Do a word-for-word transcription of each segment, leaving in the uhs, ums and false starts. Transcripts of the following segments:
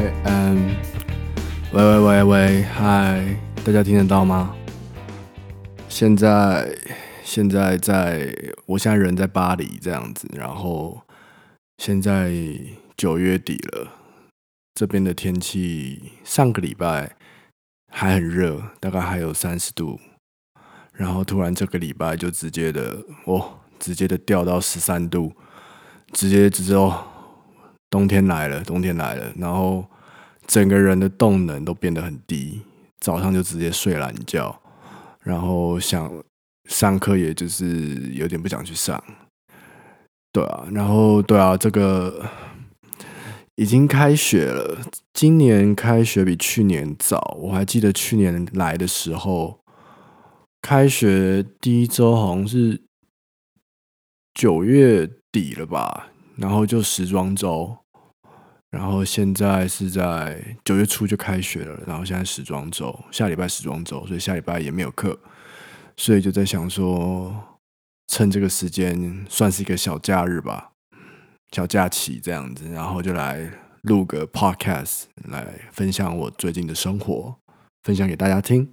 喂，嗯，喂喂喂喂，嗨，大家听得到吗？现在现在在，我现在人在巴黎这样子，然后现在九月底了，这边的天气上个礼拜还很热，大概还有三十度，然后突然这个礼拜就直接的哦，直接的掉到十三度，直接直接哦，冬天来了，冬天来了，然后整个人的动能都变得很低，早上就直接睡懒觉，然后想上课也就是有点不想去上，对啊，然后对啊，这个已经开学了，今年开学比去年早，我还记得去年来的时候，开学第一周好像是九月底了吧，然后就时装周。然后现在是在九月初就开学了，然后现在时装周，下礼拜时装周，所以下礼拜也没有课，所以就在想说，趁这个时间算是一个小假日吧，小假期这样子，然后就来录个 podcast 来分享我最近的生活，分享给大家听。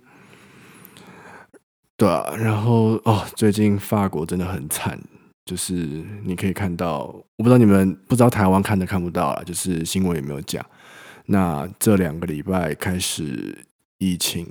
对啊，然后哦，最近法国真的很惨，就是你可以看到，我不知道你们不知道台湾看的看不到啦，就是新闻有没有讲。那这两个礼拜开始疫情，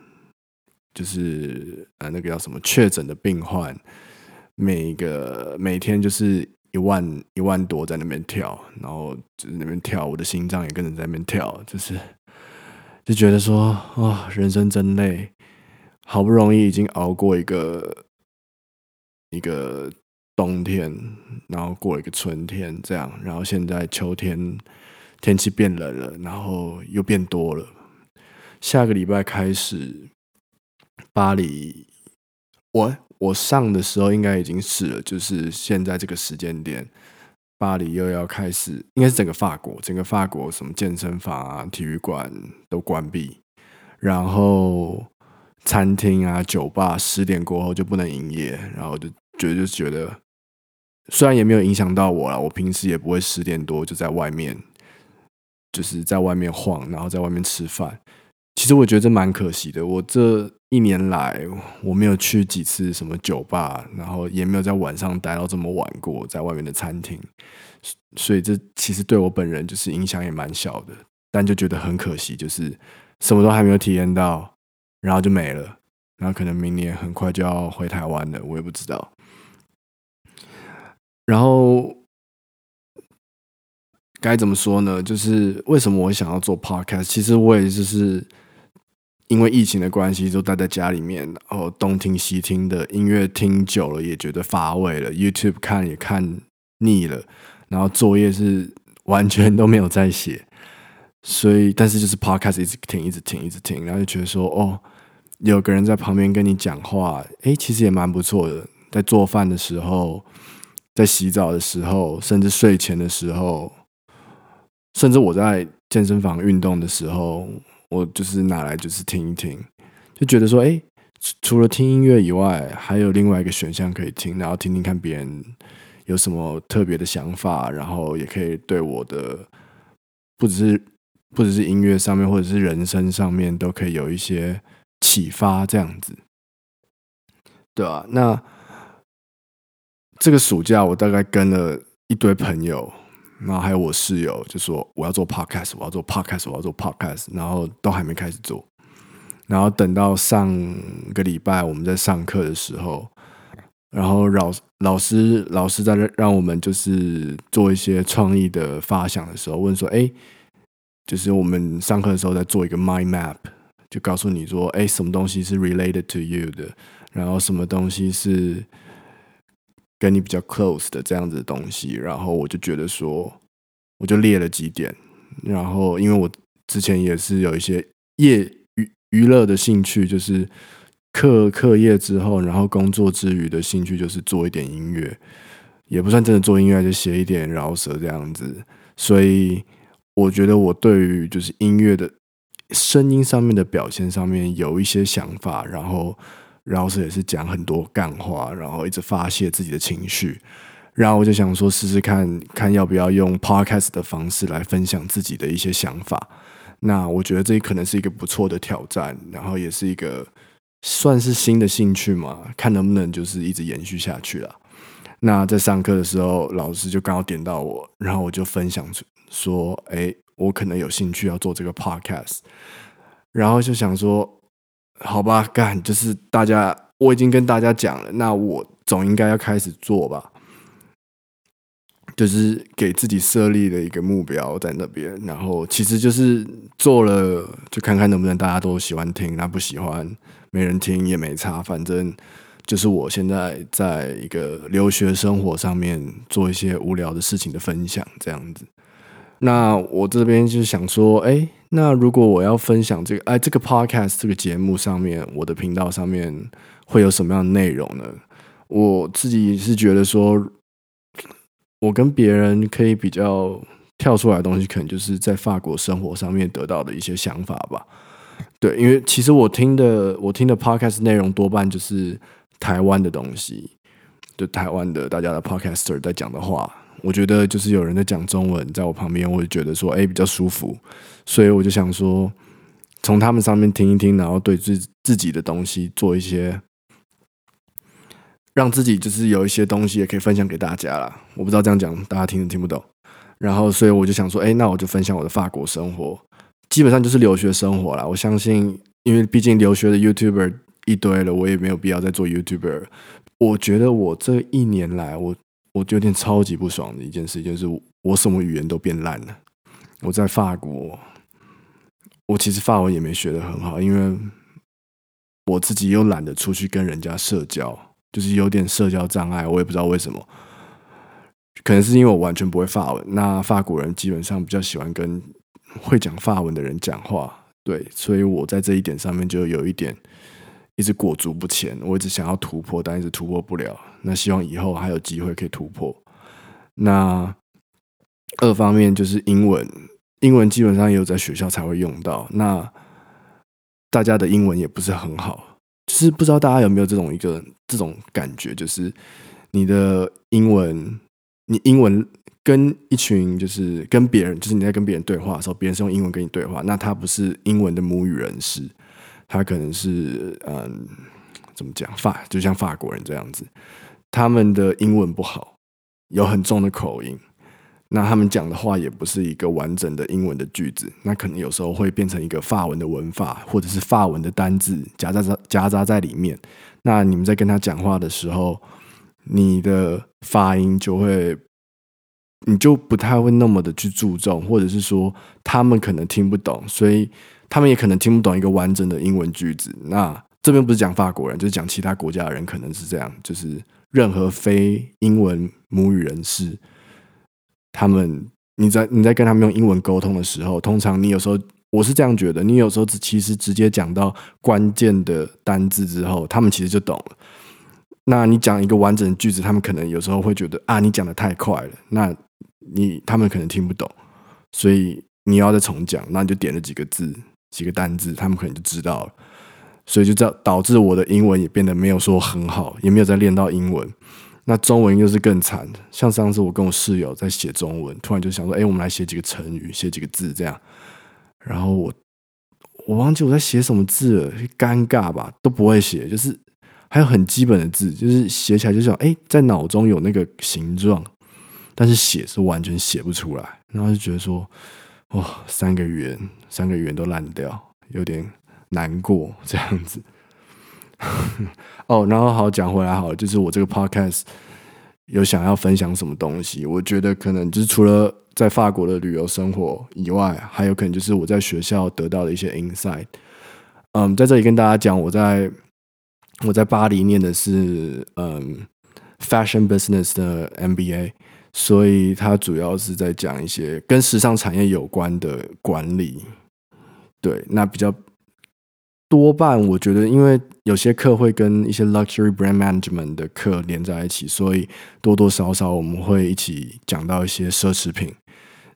就是呃那个叫什么确诊的病患，每个每天就是一万一万多在那边跳，然后就是那边跳，我的心脏也跟着在那边跳，就是就觉得说啊、哦，人生真累，好不容易已经熬过一个一个冬天，然后过了一个春天，这样，然后现在秋天天气变冷了，然后又变多了。下个礼拜开始，巴黎，我我上的时候应该已经是了，就是现在这个时间点，巴黎又要开始，应该是整个法国，整个法国什么健身房啊、体育馆都关闭，然后餐厅啊、酒吧十点过后就不能营业，然后就觉得就觉得，虽然也没有影响到我啦，我平时也不会十点多就在外面，就是在外面晃，然后在外面吃饭。其实我觉得这蛮可惜的。我这一年来，我没有去几次什么酒吧，然后也没有在晚上待到这么晚过，在外面的餐厅，所以这其实对我本人就是影响也蛮小的。但就觉得很可惜，就是什么都还没有体验到，然后就没了。然后可能明年很快就要回台湾了，我也不知道。然后该怎么说呢？就是为什么我想要做 podcast？其实我也就是因为疫情的关系，就待在家里面，然后东听西听的音乐听久了，也觉得乏味了。YouTube 看也看腻了，然后作业是完全都没有在写，所以但是就是 podcast 一直听，一直听，一直听，然后就觉得说，哦，有个人在旁边跟你讲话，诶，其实也蛮不错的。在做饭的时候，在洗澡的时候，甚至睡前的时候，甚至我在健身房运动的时候，我就是拿来就是听一听，就觉得说，哎，除了听音乐以外，还有另外一个选项可以听，然后听听看别人有什么特别的想法，然后也可以对我的不只是不只是音乐上面，或者是人生上面，都可以有一些启发，这样子，对啊，那这个暑假我大概跟了一堆朋友，然后还有我室友就说我要做 podcast，我要做 podcast，我要做 podcast，然后都还没开始做。然后等到上个礼拜我们在上课的时候，然后老老师老师在让我们就是做一些创意的发想的时候，问说，哎，就是我们上课的时候在做一个 mind map，就告诉你说，哎，什么东西是 related to you 的，然后什么东西是跟你比较 close 的这样子的东西，然后我就觉得说，我就列了几点，然后因为我之前也是有一些业余娱乐的兴趣，就是课课业之后，然后工作之余的兴趣就是做一点音乐，也不算真的做音乐，就写一点饶舌这样子，所以我觉得我对于就是音乐的声音上面的表现上面有一些想法，然后饶舌也是讲很多干话，然后一直发泄自己的情绪， 然后我就想说试试看看要不要用 podcast 的方式来分享自己的一些想法。那我觉得这可能是一个不错的挑战，然后也是一个算是新的兴趣嘛，看能不能就是一直延续下去啦。那在上课的时候，老师就刚好点到我，然后我就分享说，哎，我可能有兴趣要做这个 podcast， 然后就想说，好吧，干，就是大家我已经跟大家讲了，那我总应该要开始做吧。就是给自己设立了一个目标在那边，然后其实就是做了，就看看能不能大家都喜欢听，那不喜欢没人听也没差，反正就是我现在在一个留学生活上面做一些无聊的事情的分享这样子。那我这边就想说，哎，那如果我要分享这个，哎，这个 podcast 这个节目上面，我的频道上面会有什么样的内容呢？我自己是觉得说，我跟别人可以比较跳出来的东西，可能就是在法国生活上面得到的一些想法吧。对，因为其实我听的我听的 podcast 内容多半就是台湾的东西，就台湾的大家的 podcaster 在讲的话，我觉得就是有人在讲中文，在我旁边，我就觉得说，哎，比较舒服，所以我就想说，从他们上面听一听，然后对自自己的东西做一些。让自己就是有一些东西也可以分享给大家啦，我不知道这样讲大家听得听不懂。然后所以我就想说，哎，那我就分享我的法国生活，基本上就是留学生活啦。我相信，因为毕竟留学的 YouTuber 一堆了，我也没有必要再做 YouTuber。我觉得我这一年来，我我有点超级不爽的一件事，就是我什么语言都变烂了。我在法国，我其实法文也没学得很好，因为我自己又懒得出去跟人家社交。就是有点社交障碍，我也不知道为什么，可能是因为我完全不会法文。那法国人基本上比较喜欢跟会讲法文的人讲话，对，所以我在这一点上面就有一点一直裹足不前。我一直想要突破，但一直突破不了。那希望以后还有机会可以突破。那二方面就是英文，英文基本上也有在学校才会用到。那大家的英文也不是很好。就是不知道大家有没有这种一个这种感觉，就是你的英文，你英文跟一群就是跟别人，就是你在跟别人对话的时候，别人是用英文跟你对话，那他不是英文的母语人士，他可能是嗯怎么讲法，就像法国人这样子，他们的英文不好，有很重的口音。那他们讲的话也不是一个完整的英文的句子，那可能有时候会变成一个法文的文法，或者是法文的单字夹杂夹杂在里面。那你们在跟他讲话的时候，你的发音就会，你就不太会那么的去注重，或者是说他们可能听不懂，所以他们也可能听不懂一个完整的英文句子。那这边不是讲法国人，就是讲其他国家的人，可能是这样，就是任何非英文母语人士。他们，你在你在跟他们用英文沟通的时候，通常你有时候，我是这样觉得，你有时候其实直接讲到关键的单字之后，他们其实就懂了。那你讲一个完整的句子，他们可能有时候会觉得啊，你讲的太快了，那你他们可能听不懂，所以你要再重讲，那你就点了几个字、几个单字，他们可能就知道了，所以就导致我的英文也变得没有说很好，也没有再练到英文。那中文又是更惨，像上次我跟我室友在写中文，突然就想说，哎，我们来写几个成语，写几个字这样。然后我我忘记我在写什么字了，尴尬吧，都不会写，就是还有很基本的字，就是写起来就想，哎，在脑中有那个形状，但是写是完全写不出来，然后就觉得说，哇，三个语言，三个语言都烂掉，有点难过这样子。哦，然后好讲回来好了，就是我这个 podcast 有想要分享什么东西，我觉得可能就是除了在法国的旅游生活以外，还有可能就是我在学校得到的一些 insight。嗯，在这里跟大家讲，我在我在巴黎念的是嗯 fashion business 的 M B A， 所以它主要是在讲一些跟时尚产业有关的管理。对，那比较。多半我觉得，因为有些课会跟一些 luxury brand management 的课连在一起，所以多多少少我们会一起讲到一些奢侈品。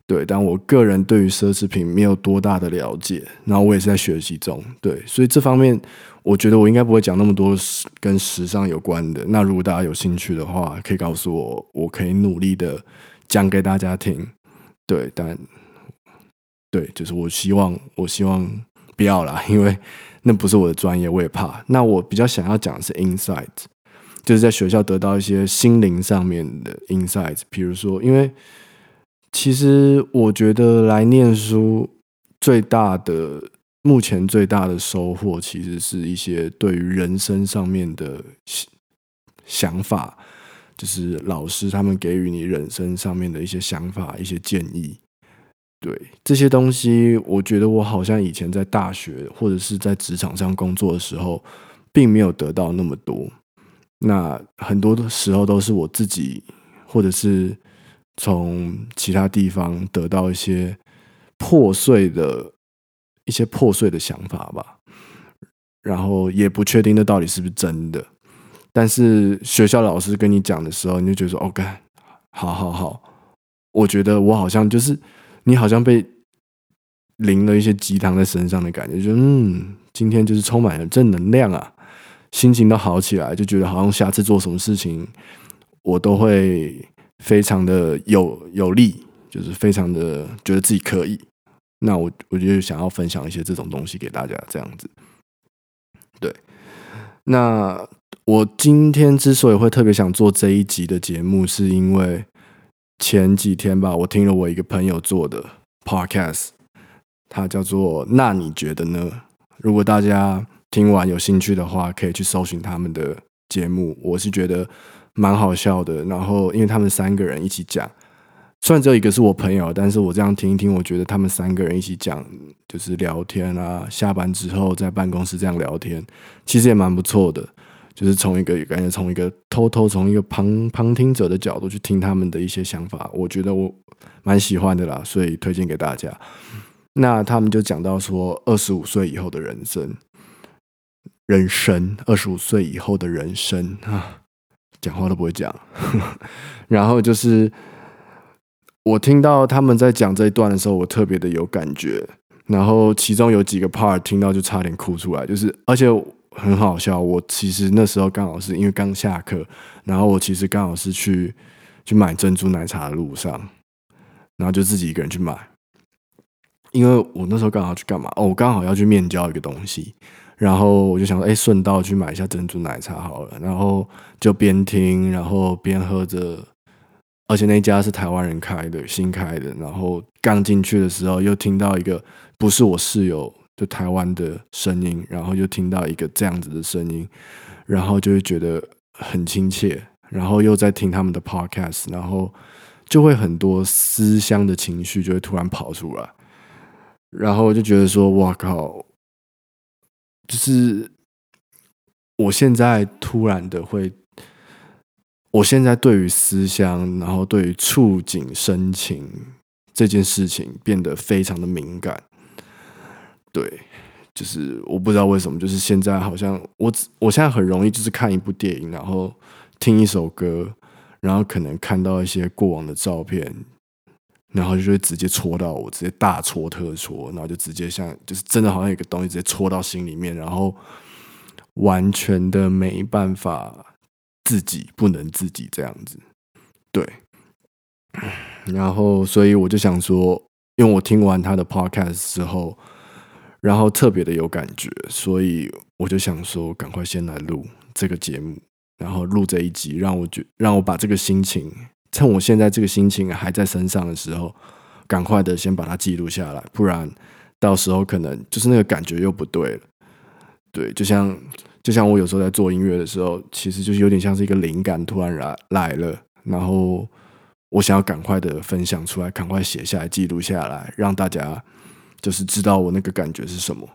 对，但我个人对于奢侈品没有多大的了解，然后我也是在学习中，对，所以这方面我觉得我应该不会讲那么多跟时尚有关的。那如果大家有兴趣的话，可以告诉我，我可以努力的讲给大家听。对，但对，就是我希望，我希望不要啦，因为那不是我的专业，我也怕。那我比较想要讲的是 insight， 就是在学校得到一些心灵上面的 insight， 比如说，因为其实我觉得来念书最大的，目前最大的收获，其实是一些对于人生上面的想法，就是老师他们给予你人生上面的一些想法、一些建议。对，这些东西，我觉得我好像以前在大学或者是在职场上工作的时候，并没有得到那么多。那很多的时候都是我自己，或者是从其他地方得到一些破碎的一些破碎的想法吧，然后也不确定那到底是不是真的。但是学校老师跟你讲的时候，你就觉得说，哦，干，好好好，我觉得我好像就是你好像被淋了一些鸡汤在身上的感觉，就嗯，今天就是充满了正能量啊，心情都好起来，就觉得好像下次做什么事情我都会非常的有有力，就是非常的觉得自己可以。那我我就想要分享一些这种东西给大家，这样子。对，那我今天之所以会特别想做这一集的节目，是因为前几天吧，我听了我一个朋友做的 podcast， 它叫做那你觉得呢？如果大家听完有兴趣的话，可以去搜寻他们的节目，我是觉得蛮好笑的。然后因为他们三个人一起讲，虽然只有一个是我朋友，但是我这样听一听，我觉得他们三个人一起讲，就是聊天啊，下班之后在办公室这样聊天，其实也蛮不错的。就是从一个感觉从一个偷偷从一个旁旁听者的角度去听他们的一些想法，我觉得我蛮喜欢的啦，所以推荐给大家。那他们就讲到说，二十五岁以后的人生，人生，二十五岁以后的人生啊，讲话都不会讲。然后就是我听到他们在讲这一段的时候，我特别的有感觉。然后其中有几个 part 听到就差点哭出来，就是而且很好笑。我其实那时候刚好是因为刚下课，然后我其实刚好是去去买珍珠奶茶的路上，然后就自己一个人去买。因为我那时候刚好去干嘛？哦，我刚好要去面交一个东西，然后我就想说，哎，顺道去买一下珍珠奶茶好了。然后就边听，然后边喝着。而且那家是台湾人开的，新开的。然后刚进去的时候，又听到一个不是我室友就台湾的声音，然后又听到一个这样子的声音，然后就会觉得很亲切。然后又在听他们的 podcast， 然后就会很多思乡的情绪就会突然跑出来，然后就觉得说，哇靠，就是我现在突然的会。我现在对于思乡，然后对于触景生情这件事情变得非常的敏感。对，就是我不知道为什么，就是现在好像我我现在很容易就是看一部电影，然后听一首歌，然后可能看到一些过往的照片，然后就会直接戳到我，直接大戳特戳，然后就直接像就是真的好像有一个东西直接戳到心里面，然后完全的没办法。自己不能自己这样子，对，然后所以我就想说，因为我听完他的 podcast 之后，然后特别的有感觉，所以我就想说，赶快先来录这个节目，然后录这一集，让我觉让我把这个心情，趁我现在这个心情还在身上的时候，赶快的先把它记录下来，不然到时候可能就是那个感觉又不对了，对，就像。就像我有时候在做音乐的时候，其实就是有点像是一个灵感突然来来了，然后我想要赶快的分享出来，赶快写下来、记录下来，让大家就是知道我那个感觉是什么。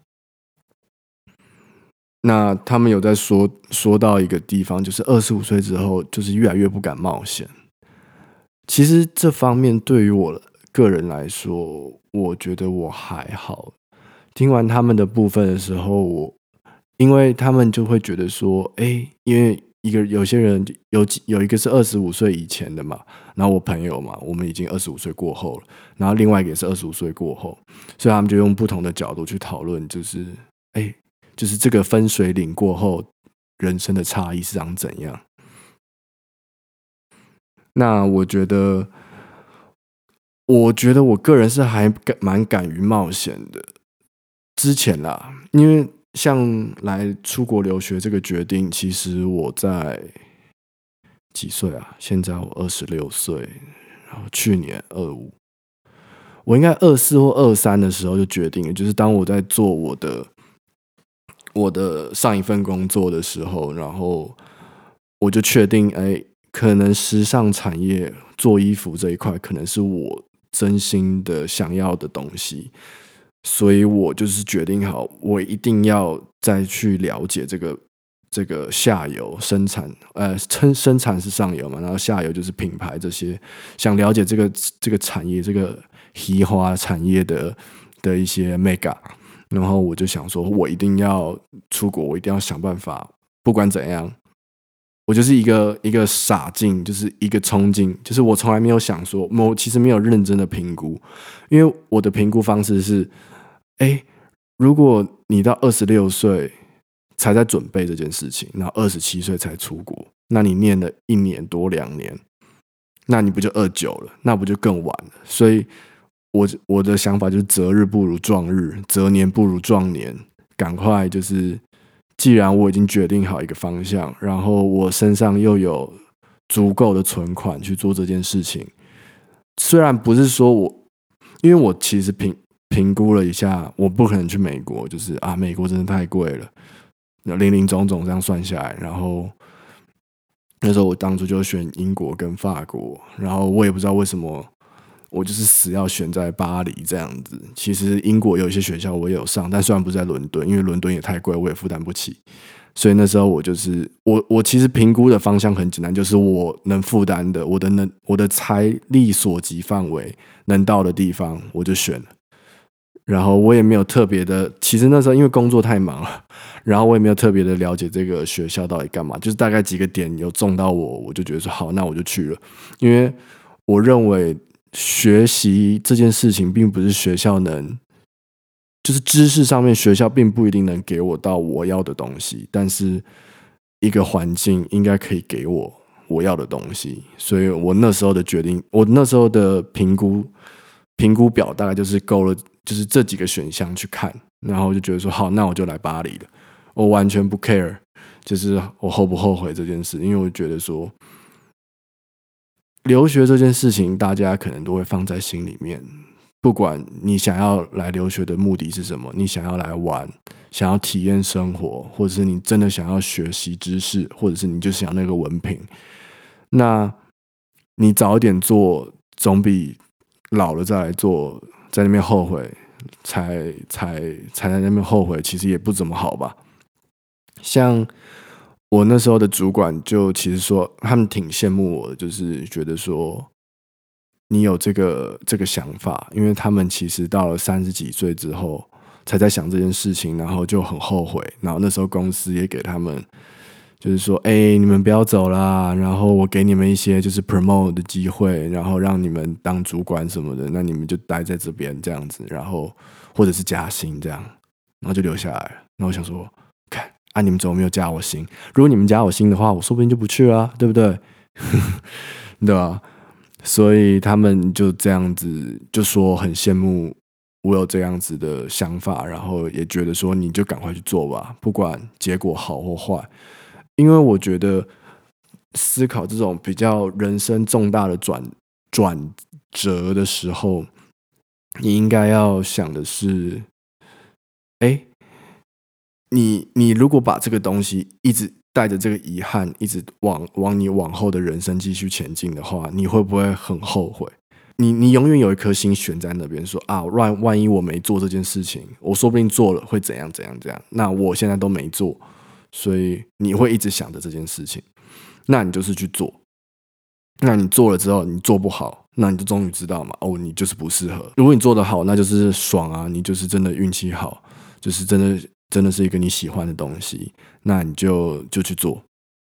那他们有在说说到一个地方，就是二十五岁之后，就是越来越不敢冒险。其实这方面对于我个人来说，我觉得我还好。听完他们的部分的时候，我。因为他们就会觉得说，哎，因为一个有些人有有一个是二十五岁以前的嘛，然后我朋友嘛，我们已经二十五岁过后了，然后另外一个也是二十五岁过后，所以他们就用不同的角度去讨论，就是哎，就是这个分水岭过后，人生的差异是长怎样？那我觉得，我觉得我个人是还蛮敢于冒险的。之前啦，因为像来出国留学这个决定，其实我在几岁啊？现在我二十六岁，然后去年二五，我应该二四或二三的时候就决定了，就是当我在做我的我的上一份工作的时候，然后我就确定，哎，可能时尚产业做衣服这一块，可能是我真心的想要的东西。所以我就是决定好，我一定要再去了解这个这个下游生产，呃，生生产是上游嘛，然后下游就是品牌这些，想了解这个这个产业，这个移花产业的的一些 mega，然后我就想说，我一定要出国，我一定要想办法，不管怎样，我就是一个一个傻劲，就是一个冲劲，就是我从来没有想说，我其实没有认真的评估，因为我的评估方式是。哎，如果你到二十六岁才在准备这件事情，然后二十七岁才出国，那你念了一年多两年，那你不就二九了？那不就更晚了？所以我我的想法就是择日不如撞日，择年不如撞年，赶快就是，既然我已经决定好一个方向，然后我身上又有足够的存款去做这件事情，虽然不是说我，因为我其实凭。评估了一下，我不可能去美国，就是啊，美国真的太贵了，零零总总这样算下来，然后那时候我当初就选英国跟法国，然后我也不知道为什么，我就是死要选在巴黎这样子。其实英国有一些学校我也有上，但虽然不是在伦敦，因为伦敦也太贵，我也负担不起。所以那时候我就是我我其实评估的方向很简单，就是我能负担的，我的能我的财力所及范围能到的地方，我就选了。然后我也没有特别的，其实那时候因为工作太忙了，然后我也没有特别的了解这个学校到底干嘛，就是大概几个点有中到我，我就觉得说好，那我就去了。因为我认为学习这件事情并不是学校能，就是知识上面学校并不一定能给我到我要的东西，但是一个环境应该可以给我我要的东西，所以我那时候的决定，我那时候的评估评估表大概就是够了。就是这几个选项去看，然后就觉得说好，那我就来巴黎了。我完全不 care， 就是我后不后悔这件事，因为我觉得说留学这件事情，大家可能都会放在心里面。不管你想要来留学的目的是什么，你想要来玩，想要体验生活，或者是你真的想要学习知识，或者是你就想要那个文凭，那你早一点做，总比老了再来做。在那边后悔，才才才在那边后悔，其实也不怎么好吧。像我那时候的主管就其实说，他们挺羡慕我的，就是觉得说你有这个这个想法，因为他们其实到了三十几岁之后才在想这件事情，然后就很后悔。然后那时候公司也给他们。就是说，哎、欸，你们不要走啦，然后我给你们一些就是 promote 的机会，然后让你们当主管什么的，那你们就待在这边这样子，然后或者是加薪这样，然后就留下来了。然后我想说，看啊，你们怎么没有加我薪？如果你们加我薪的话，我说不定就不去了，对不对？对吧？所以他们就这样子就说很羡慕我有这样子的想法，然后也觉得说你就赶快去做吧，不管结果好或坏。因为我觉得思考这种比较人生重大的转转折的时候，你应该要想的是，哎，你你如果把这个东西一直带着这个遗憾，一直往往你往后的人生继续前进的话，你会不会很后悔？你你永远有一颗心悬在那边，说啊，万万一我没做这件事情，我说不定做了会怎样怎样怎样，那我现在都没做。所以你会一直想着这件事情，那你就是去做。那你做了之后，你做不好，那你就终于知道嘛，哦，你就是不适合。如果你做得好，那就是爽啊，你就是真的运气好，就是真的真的是一个你喜欢的东西，那你就就去做。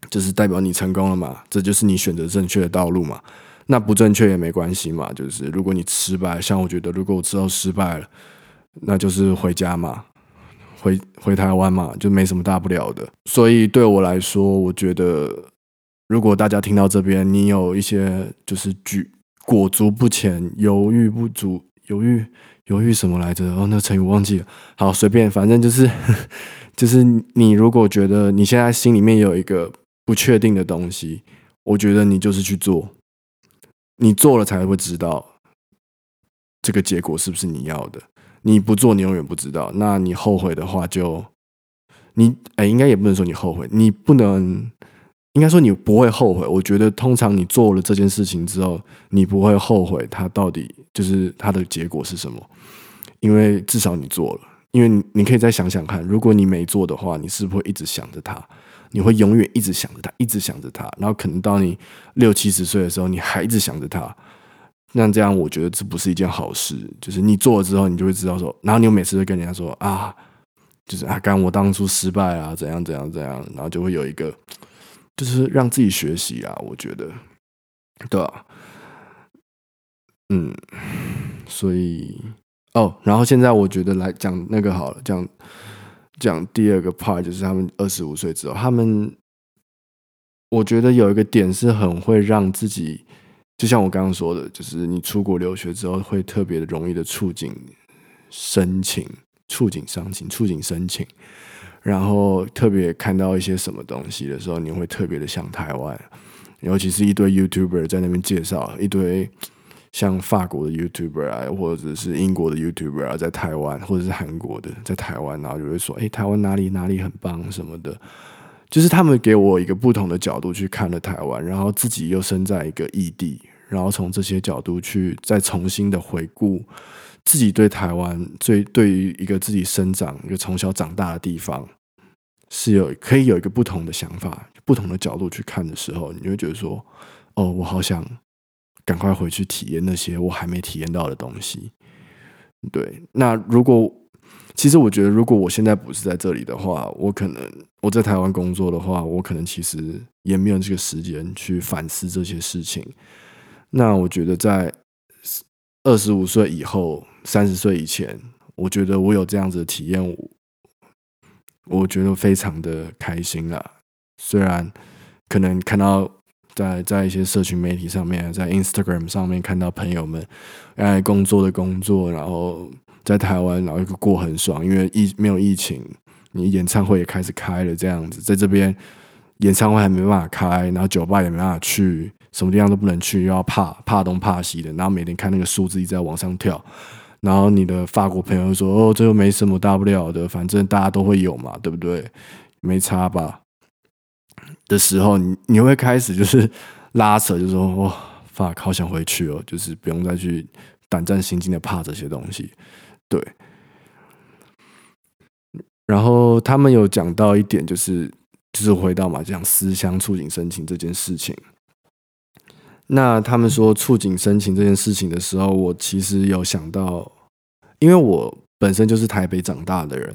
就是代表你成功了嘛，这就是你选择正确的道路嘛。那不正确也没关系嘛，就是如果你失败，像我觉得如果我之后失败了，那就是回家嘛，回回台湾嘛，就没什么大不了的。所以对我来说，我觉得如果大家听到这边，你有一些就是举裹足不前、犹豫不足、犹豫犹豫什么来着？哦，那成语我忘记了。好，随便，反正就是就是你如果觉得你现在心里面有一个不确定的东西，我觉得你就是去做，你做了才会知道这个结果是不是你要的。你不做，你永远不知道。那你后悔的话就，你哎，应该也不能说你后悔，你不能，应该说你不会后悔。我觉得通常你做了这件事情之后，你不会后悔它到底就是它的结果是什么，因为至少你做了。因为你你可以再想想看，如果你没做的话，你是不是会一直想着它？你会永远一直想着它，一直想着它，然后可能到你六七十岁的时候，你还一直想着它。那这样我觉得这不是一件好事，就是你做了之后，你就会知道说，然后你每次会跟人家说啊，就是啊，干我当初失败啊，怎样怎样怎样，然后就会有一个，就是让自己学习啊，我觉得，对啊，嗯，所以哦，然后现在我觉得来讲那个好了，讲讲第二个 part， 就是他们二十五岁之后，他们我觉得有一个点是很会让自己。就像我刚刚说的，就是你出国留学之后，会特别的容易的触景生情、触景伤情、触景生情，然后特别看到一些什么东西的时候，你会特别的想台湾，尤其是一堆 YouTuber 在那边介绍，一堆像法国的 YouTuber 啊，或者是英国的 YouTuber 啊，在台湾，或者是韩国的在台湾，然后就会说，哎，台湾哪里哪里很棒什么的。就是他们给我一个不同的角度去看了台湾，然后自己又身在一个异地，然后从这些角度去再重新的回顾自己对台湾，最对于一个自己生长、一个从小长大的地方，是有可以有一个不同的想法、不同的角度去看的时候，你会觉得说，哦，我好想赶快回去体验那些我还没体验到的东西。对，那如果其实我觉得，如果我现在不是在这里的话，我可能我在台湾工作的话，我可能其实也没有这个时间去反思这些事情。那我觉得在二十五岁以后、三十岁以前，我觉得我有这样子的体验，我我觉得非常的开心啦。虽然可能看到在在一些社群媒体上面，在 Instagram 上面看到朋友们哎工作的工作，然后。在台湾，然后过很爽，因为疫没有疫情，你演唱会也开始开了，这样子，在这边演唱会还没办法开，然后酒吧也没办法去，什么地方都不能去，又要怕怕东怕西的，然后每天看那个数字一直在往上跳，然后你的法国朋友说：“哦，这又没什么大不了的，反正大家都会有嘛，对不对？没差吧？”的时候，你你会开始就是拉扯，就说：“哇，法好想回去哦，就是不用再去胆战心惊的怕这些东西。”对，然后他们有讲到一点，就是就是回到嘛，讲思乡触景生情这件事情。那他们说触景生情这件事情的时候，我其实有想到，因为我本身就是台北长大的人，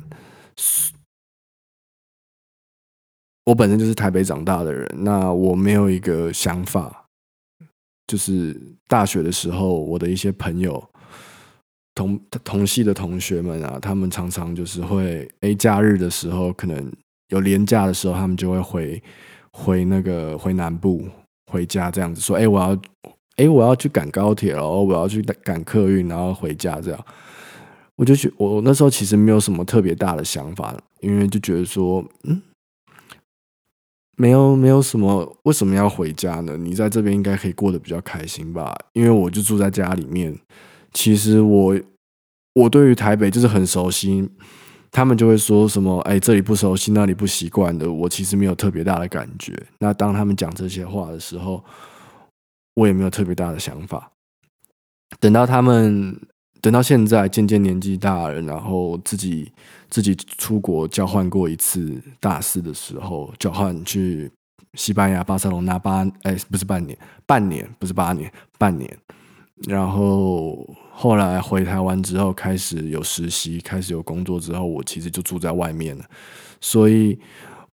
我本身就是台北长大的人，那我没有一个想法，就是大学的时候，我的一些朋友。同同系的同学们啊，他们常常就是会，哎，假日的时候，可能有连假的时候，他们就会回回那个回南部回家这样子，说，哎，我要，哎，我要去赶高铁了，我要去赶客运，然后回家这样。我就觉，我那时候其实没有什么特别大的想法，因为就觉得说，嗯，没有没有什么，为什么要回家呢？你在这边应该可以过得比较开心吧？因为我就住在家里面。其实我我对于台北就是很熟悉，他们就会说什么哎这里不熟悉那里不习惯的，我其实没有特别大的感觉。那当他们讲这些话的时候，我也没有特别大的想法。等到他们等到现在渐渐年纪大了，然后自己自己出国交换过一次，大四的时候交换去西班牙巴塞隆纳八哎不是半年半年不是八年半年。然后后来回台湾之后，开始有实习，开始有工作之后，我其实就住在外面了。所以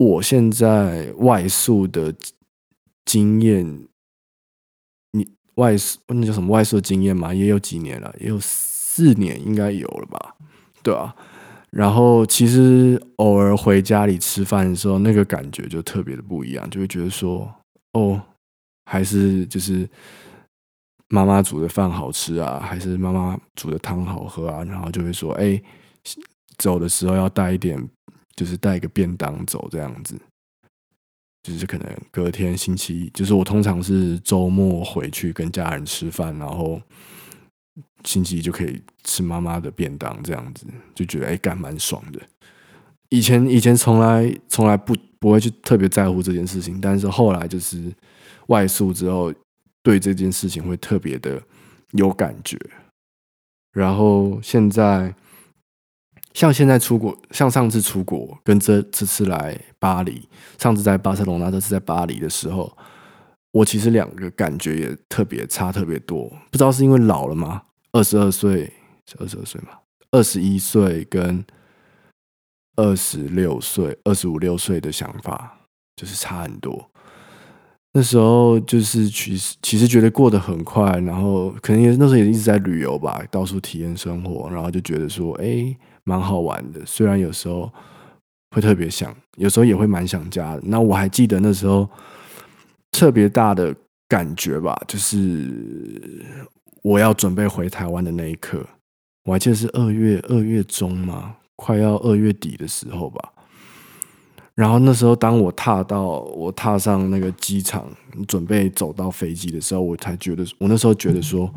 我现在外宿的经验，你外宿那叫什么外宿的经验嘛，也有几年了，也有四年应该有了吧，对啊。然后其实偶尔回家里吃饭的时候，那个感觉就特别的不一样，就会觉得说，哦，还是就是妈妈煮的饭好吃啊，还是妈妈煮的汤好喝啊，然后就会说，哎，走的时候要带一点，就是带一个便当走这样子。就是可能隔天星期一，就是我通常是周末回去跟家人吃饭，然后星期一就可以吃妈妈的便当，这样子就觉得哎，干蛮爽的。以前以前从来从来不不会去特别在乎这件事情，但是后来就是外宿之后，对这件事情会特别的有感觉。然后现在像现在出国，像上次出国跟这这次来巴黎，上次在巴塞隆纳，这次在巴黎的时候，我其实两个感觉也特别差特别多，不知道是因为老了吗？二十二岁，是二十二岁吗？二十一岁跟二十六岁、二十五六岁的想法就是差很多。那时候就是其实其实觉得过得很快，然后可能也那时候也一直在旅游吧，到处体验生活，然后就觉得说，哎，蛮好玩的。虽然有时候会特别想，有时候也会蛮想家的。那我还记得那时候特别大的感觉吧，就是我要准备回台湾的那一刻，我还记得是二月二月中嘛，快要二月底的时候吧。然后那时候，当我踏到我踏上那个机场，准备走到飞机的时候，我才觉得，我那时候觉得说，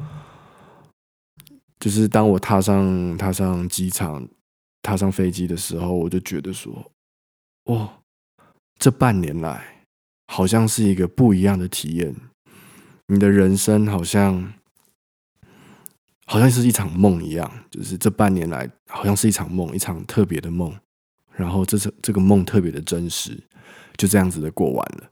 就是当我踏上踏上机场、踏上飞机的时候，我就觉得说，哦，这半年来好像是一个不一样的体验。你的人生好像好像是一场梦一样，就是这半年来好像是一场梦，一场特别的梦。然后这是这个梦特别的真实，就这样子的过完了。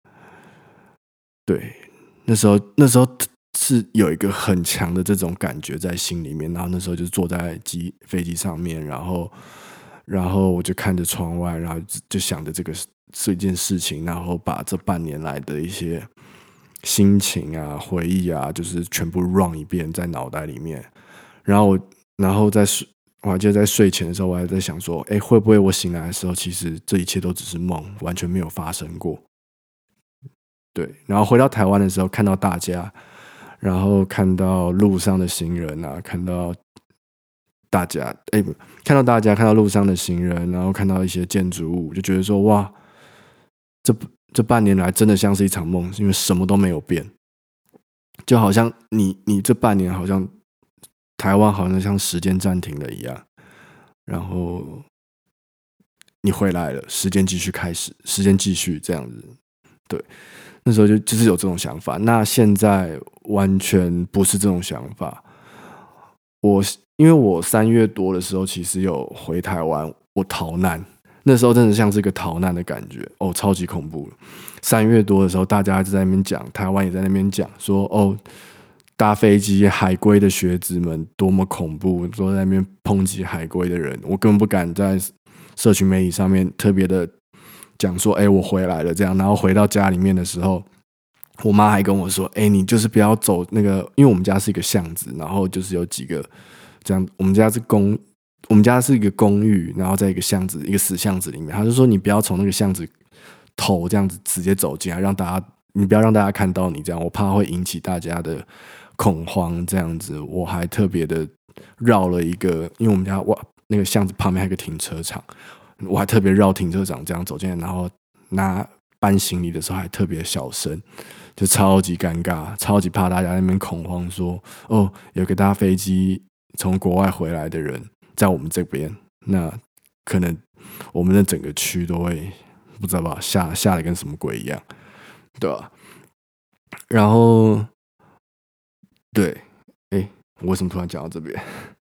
对，那时候那时候是有一个很强的这种感觉在心里面，然后那时候就坐在机飞机上面，然后然后我就看着窗外，然后就想着这个这件事情，然后把这半年来的一些心情啊、回忆啊，就是全部 run 一遍在脑袋里面，然后我然后在睡，我还记得在睡前的时候，我还在想说，哎，会不会我醒来的时候，其实这一切都只是梦，完全没有发生过。对，然后回到台湾的时候，看到大家，然后看到路上的行人啊，看到大家，哎，看到大家，看到路上的行人，然后看到一些建筑物，就觉得说，哇，这这半年来真的像是一场梦，因为什么都没有变，就好像你你这半年好像台湾好像像时间暂停了一样，然后你回来了，时间继续开始，时间继续这样子，对。那时候就就是有这种想法，那现在完全不是这种想法。我因为我三月多的时候，其实有回台湾，我逃难，那时候真的像是一个逃难的感觉，哦，超级恐怖。三月多的时候，大家就在那边讲，台湾也在那边讲，说哦，搭飞机海归的学子们多么恐怖，都在那边抨击海归的人，我根本不敢在社群媒体上面特别的讲说，哎、欸，我回来了这样，然后回到家里面的时候，我妈还跟我说，哎、欸，你就是不要走那个，因为我们家是一个巷子，然后就是有几个这样，我们家是公，我们家是一个公寓，然后在一个巷子，一个死巷子里面，他就说你不要从那个巷子头这样子直接走进来，让大家，你不要让大家看到你这样，我怕会引起大家的恐慌这样子，我还特别的绕了一个，因为我们家哇那个巷子旁边还有一个停车场。我还特别绕停车场这样走进来，然后拿搬行李的时候还特别小声，就超级尴尬，超级怕大家在那边恐慌说，哦，有个搭飞机从国外回来的人在我们这边，那可能我们的整个区都会不知道吧，吓吓得跟什么鬼一样，对吧、啊？然后对，哎，我为什么突然讲到这边？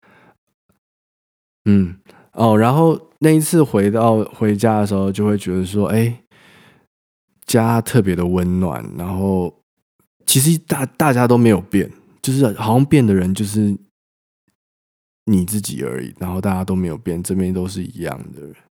嗯。哦，然后那一次回到回家的时候，就会觉得说，哎，家特别的温暖。然后其实大大家都没有变，就是好像变的人就是你自己而已。然后大家都没有变，这边都是一样的。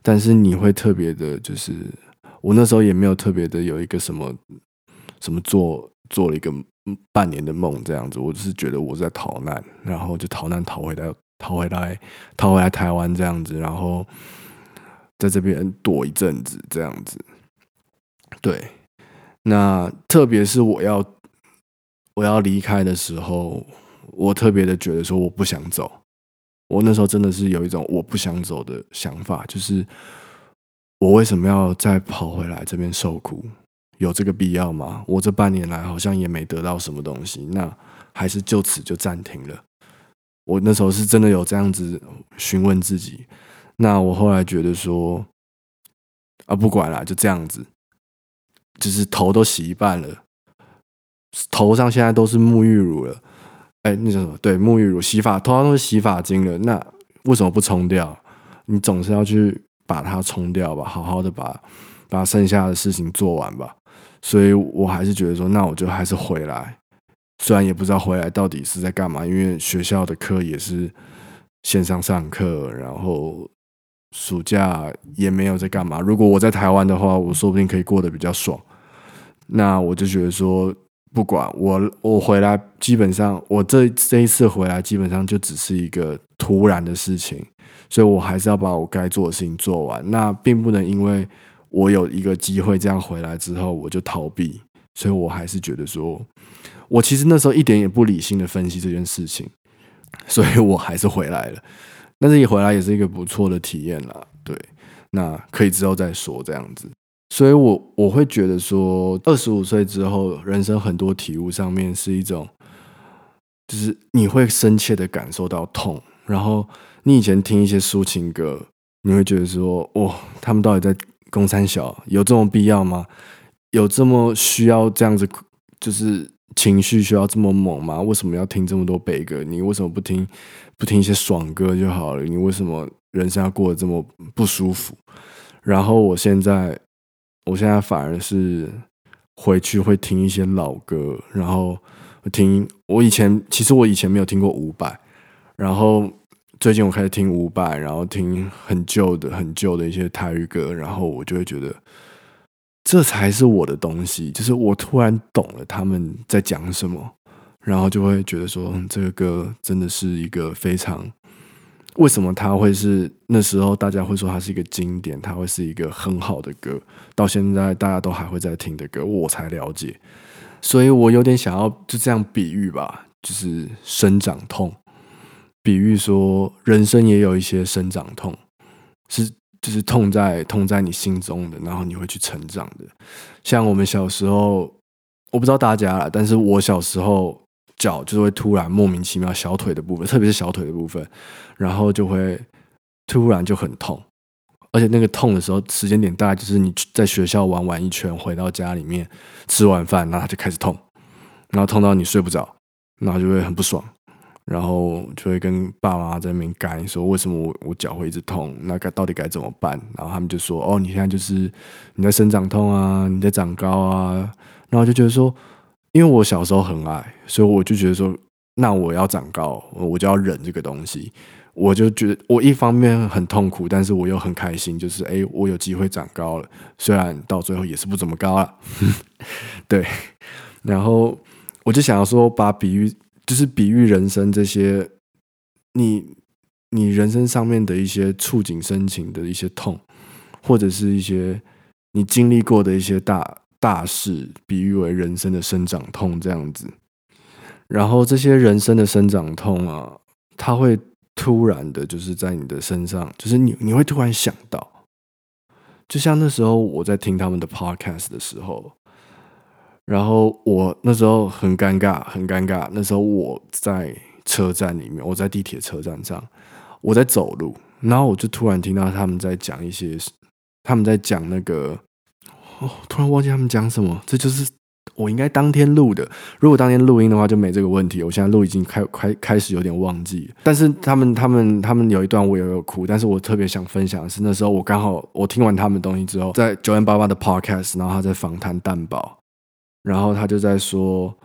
但是你会特别的，就是我那时候也没有特别的有一个什么什么做做了一个半年的梦这样子，我只是觉得我在逃难，然后就逃难逃回来，逃回来，逃回来台湾这样子，然后在这边躲一阵子这样子。对，那特别是我要我要离开的时候，我特别的觉得说我不想走。我那时候真的是有一种我不想走的想法，就是我为什么要再跑回来这边受苦？有这个必要吗？我这半年来好像也没得到什么东西，那还是就此就暂停了。我那时候是真的有这样子询问自己。那我后来觉得说，啊，不管啦，就这样子，就是头都洗一半了，头上现在都是沐浴乳了。哎，那叫什么？对，沐浴乳、洗发，头上都是洗发精了。那为什么不冲掉？你总是要去把它冲掉吧，好好的把把剩下的事情做完吧。所以我还是觉得说，那我就还是回来。虽然也不知道回来到底是在干嘛，因为学校的课也是线上上课，然后暑假也没有在干嘛。如果我在台湾的话，我说不定可以过得比较爽。那我就觉得说，不管我我回来，基本上我这这一次回来，基本上就只是一个突然的事情，所以我还是要把我该做的事情做完。那并不能因为我有一个机会这样回来之后，我就逃避。所以我还是觉得说，我其实那时候一点也不理性的分析这件事情，所以我还是回来了。但是一回来也是一个不错的体验啦，对，那可以之后再说这样子。所以我我会觉得说，二十五岁之后，人生很多体悟上面是一种，就是你会深切的感受到痛，然后你以前听一些抒情歌，你会觉得说，哦，他们到底在公三小，有这么必要吗？有这么需要这样子，就是情绪需要这么猛吗？为什么要听这么多悲歌？你为什么不听不听一些爽歌就好了？你为什么人生要过得这么不舒服？然后我现在。我现在反而是回去会听一些老歌，然后听我以前其实我以前没有听过伍佰，然后最近我开始听伍佰，然后听很旧的很旧的一些台语歌，然后我就会觉得这才是我的东西，就是我突然懂了他们在讲什么，然后就会觉得说、嗯、这个歌真的是一个非常。为什么它会是那时候大家会说它是一个经典，它会是一个很好的歌，到现在大家都还会在听的歌，我才了解。所以我有点想要就这样比喻吧，就是生长痛，比喻说人生也有一些生长痛，是就是痛在痛在你心中的，然后你会去成长的。像我们小时候，我不知道大家啦，但是我小时候。脚就是会突然莫名其妙，小腿的部分，特别是小腿的部分，然后就会突然就很痛，而且那个痛的时候时间点大概就是你在学校玩完一圈，回到家里面吃完饭，然后它就开始痛，然后痛到你睡不着，然后就会很不爽，然后就会跟爸妈在那边干说为什么我我脚会一直痛，那该到底该怎么办？然后他们就说哦，你现在就是你在生长痛啊，你在长高啊，然后就觉得说。因为我小时候很矮，所以我就觉得说，那我要长高，我就要忍这个东西。我就觉得我一方面很痛苦，但是我又很开心，就是哎，我有机会长高了，虽然到最后也是不怎么高了，对。然后我就想要说，把比喻，就是比喻人生这些，你你人生上面的一些触景生情的一些痛，或者是一些你经历过的一些大。大事比喻为人生的生长痛这样子，然后这些人生的生长痛啊，它会突然的，就是在你的身上，就是你你会突然想到，就像那时候我在听他们的 podcast 的时候，然后我那时候很尴尬，很尴尬。那时候我在车站里面，我在地铁车站上，我在走路，然后我就突然听到他们在讲一些，他们在讲那个。哦，突然忘记他们讲什么，这就是我应该当天录的。如果当天录音的话，就没这个问题。我现在录已经开开开始有点忘记，但是他们他们他们有一段我也有哭，但是我特别想分享的是那时候我刚好我听完他们的东西之后，在九 N 八八的 podcast， 然后他在访谈蛋堡，然后他就在说，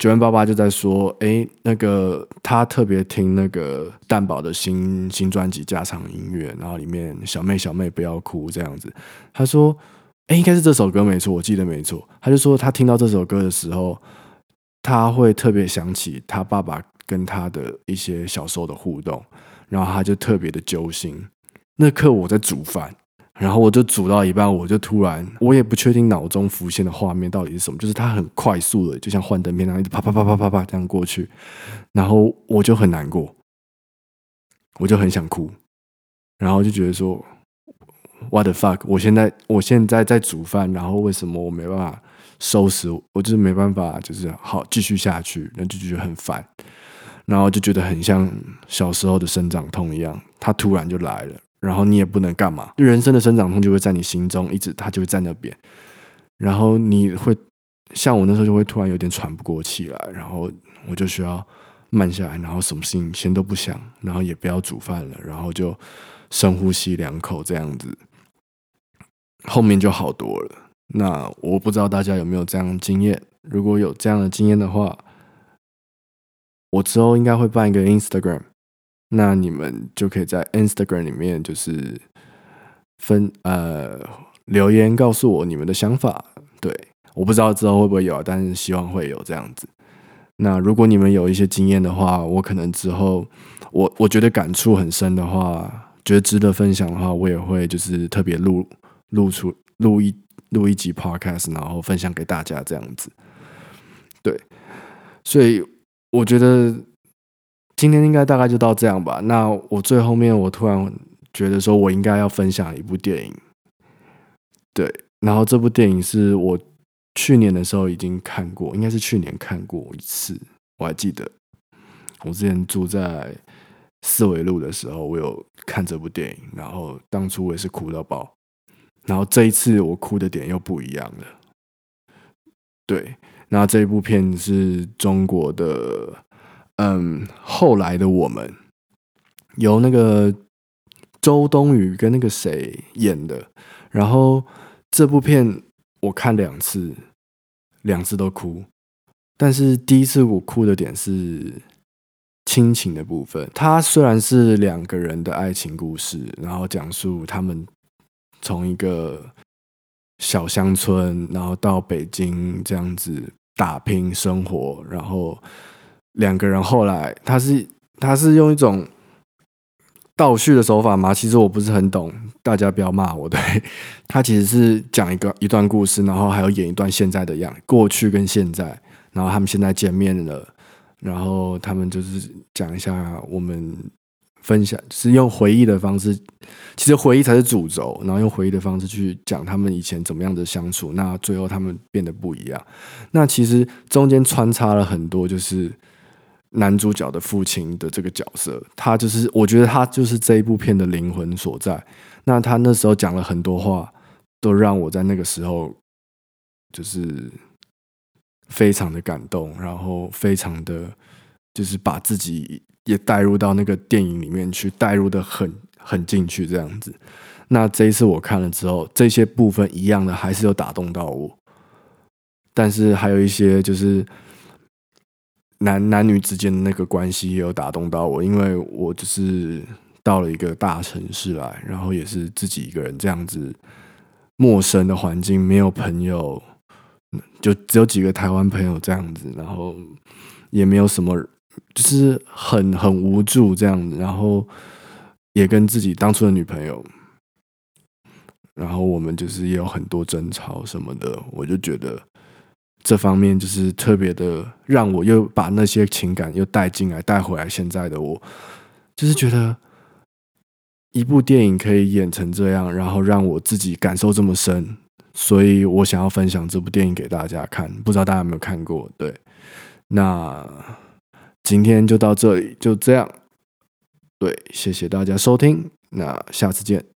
九万八八就在说，哎，那个他特别听那个蛋堡的新新专辑加长音乐，然后里面小妹小妹不要哭这样子。他说，哎，应该是这首歌没错，我记得没错。他就说他听到这首歌的时候，他会特别想起他爸爸跟他的一些小时候的互动，然后他就特别的揪心。那刻我在煮饭。然后我就煮到一半，我就突然，我也不确定脑中浮现的画面到底是什么，就是它很快速的，就像幻灯片那样，一直啪啪啪啪啪啪这样过去，然后我就很难过，我就很想哭，然后就觉得说 ，what the fuck， 我现在我现在在煮饭，然后为什么我没办法收拾，我就是没办法，就是好继续下去，然后就觉得很烦，然后就觉得很像小时候的生长痛一样，它突然就来了。然后你也不能干嘛，人生的生长痛就会在你心中一直，它就会在那边，然后你会像我那时候就会突然有点喘不过气来，然后我就需要慢下来，然后什么事情先都不想，然后也不要煮饭了，然后就深呼吸两口这样子，后面就好多了。那我不知道大家有没有这样的经验，如果有这样的经验的话，我之后应该会办一个 Instagram。那你们就可以在 Instagram 里面就是分呃留言告诉我你们的想法，对，我不知道之后会不会有，但是希望会有这样子。那如果你们有一些经验的话，我可能之后我我觉得感触很深的话，觉得值得分享的话，我也会就是特别录录出录一录一集 podcast， 然后分享给大家这样子。对，所以我觉得。今天应该大概就到这样吧。那我最后面我突然觉得说我应该要分享一部电影，对，然后这部电影是我去年的时候已经看过，应该是去年看过一次，我还记得。我之前住在四维路的时候，我有看这部电影，然后当初我也是哭到爆，然后这一次我哭的点又不一样了。对，然后这一部片是中国的。嗯，后来的我们由那个周冬雨跟那个谁演的，然后这部片我看两次，两次都哭，但是第一次我哭的点是亲情的部分。它虽然是两个人的爱情故事，然后讲述他们从一个小乡村，然后到北京这样子打拼生活，然后。两个人后来，他是他是用一种倒叙的手法吗？其实我不是很懂，大家不要骂我。对，他其实是讲一个一段故事，然后还有演一段现在的样，过去跟现在，然后他们现在见面了，然后他们就是讲一下我们分享，是用回忆的方式，其实回忆才是主轴，然后用回忆的方式去讲他们以前怎么样的相处，那最后他们变得不一样。那其实中间穿插了很多，就是。男主角的父亲的这个角色，他就是我觉得他就是这一部片的灵魂所在。那他那时候讲了很多话，都让我在那个时候就是非常的感动，然后非常的就是把自己也带入到那个电影里面去，带入的很很进去这样子。那这一次我看了之后，这些部分一样的还是有打动到我，但是还有一些就是。男男女之间的那个关系也有打动到我，因为我就是到了一个大城市来，然后也是自己一个人这样子，陌生的环境，没有朋友，就只有几个台湾朋友这样子，然后也没有什么，就是很很无助这样子，然后也跟自己当初的女朋友，然后我们就是也有很多争吵什么的，我就觉得。这方面就是特别的，让我又把那些情感又带进来，带回来。现在的我，就是觉得一部电影可以演成这样，然后让我自己感受这么深，所以我想要分享这部电影给大家看。不知道大家有没有看过？对，那今天就到这里，就这样。对，谢谢大家收听，那下次见。